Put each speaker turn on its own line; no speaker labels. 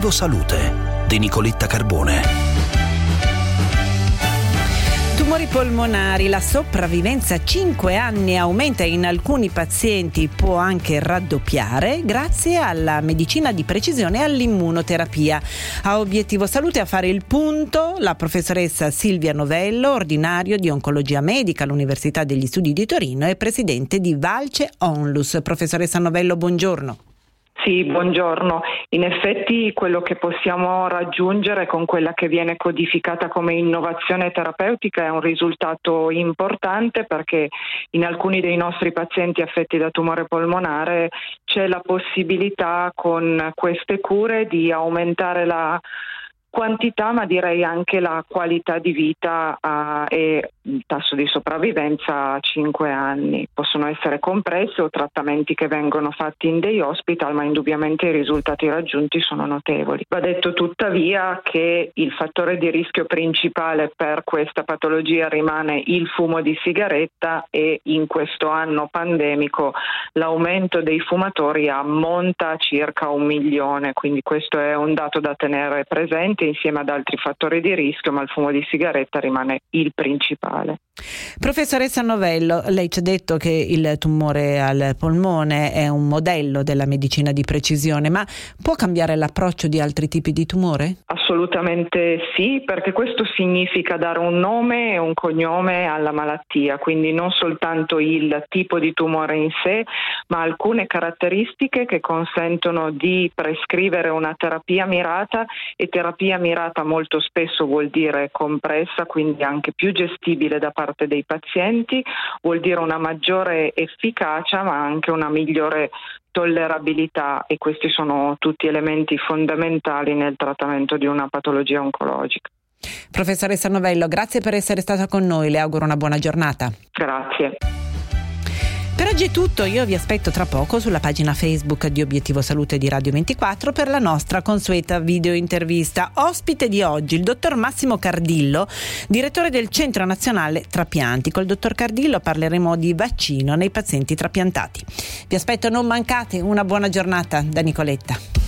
Obiettivo Salute di Nicoletta Carbone.
Tumori polmonari, la sopravvivenza a 5 anni aumenta e in alcuni pazienti può anche raddoppiare grazie alla medicina di precisione e all'immunoterapia. A Obiettivo Salute a fare il punto la professoressa Silvia Novello, ordinario di oncologia medica all'Università degli Studi di Torino e presidente di Valce Onlus. Professoressa Novello, buongiorno.
Sì, buongiorno. In effetti quello che possiamo raggiungere con quella che viene codificata come innovazione terapeutica è un risultato importante, perché in alcuni dei nostri pazienti affetti da tumore polmonare c'è la possibilità con queste cure di aumentare la quantità, ma direi anche la qualità di vita e il tasso di sopravvivenza a 5 anni. Possono essere compresse o trattamenti che vengono fatti in day hospital, ma indubbiamente i risultati raggiunti sono notevoli. Va detto tuttavia che il fattore di rischio principale per questa patologia rimane il fumo di sigaretta, e in questo anno pandemico l'aumento dei fumatori ammonta a circa 1 milione, quindi questo è un dato da tenere presente insieme ad altri fattori di rischio, ma il fumo di sigaretta rimane il principale.
Professoressa Novello, lei ci ha detto che il tumore al polmone è un modello della medicina di precisione, ma può cambiare l'approccio di altri tipi di tumore?
Assolutamente sì, perché questo significa dare un nome e un cognome alla malattia, quindi non soltanto il tipo di tumore in sé, ma alcune caratteristiche che consentono di prescrivere una terapia mirata, e terapia mirata molto spesso vuol dire compressa, quindi anche più gestibile da parte dei pazienti, vuol dire una maggiore efficacia ma anche una migliore tollerabilità, e questi sono tutti elementi fondamentali nel trattamento di una patologia oncologica.
Professoressa Novello, grazie per essere stata con noi, le auguro una buona giornata.
Grazie.
Per oggi è tutto, io vi aspetto tra poco sulla pagina Facebook di Obiettivo Salute di Radio 24 per la nostra consueta video intervista. Ospite di oggi il dottor Massimo Cardillo, direttore del Centro Nazionale Trapianti. Col dottor Cardillo parleremo di vaccino nei pazienti trapiantati. Vi aspetto, non mancate, una buona giornata da Nicoletta.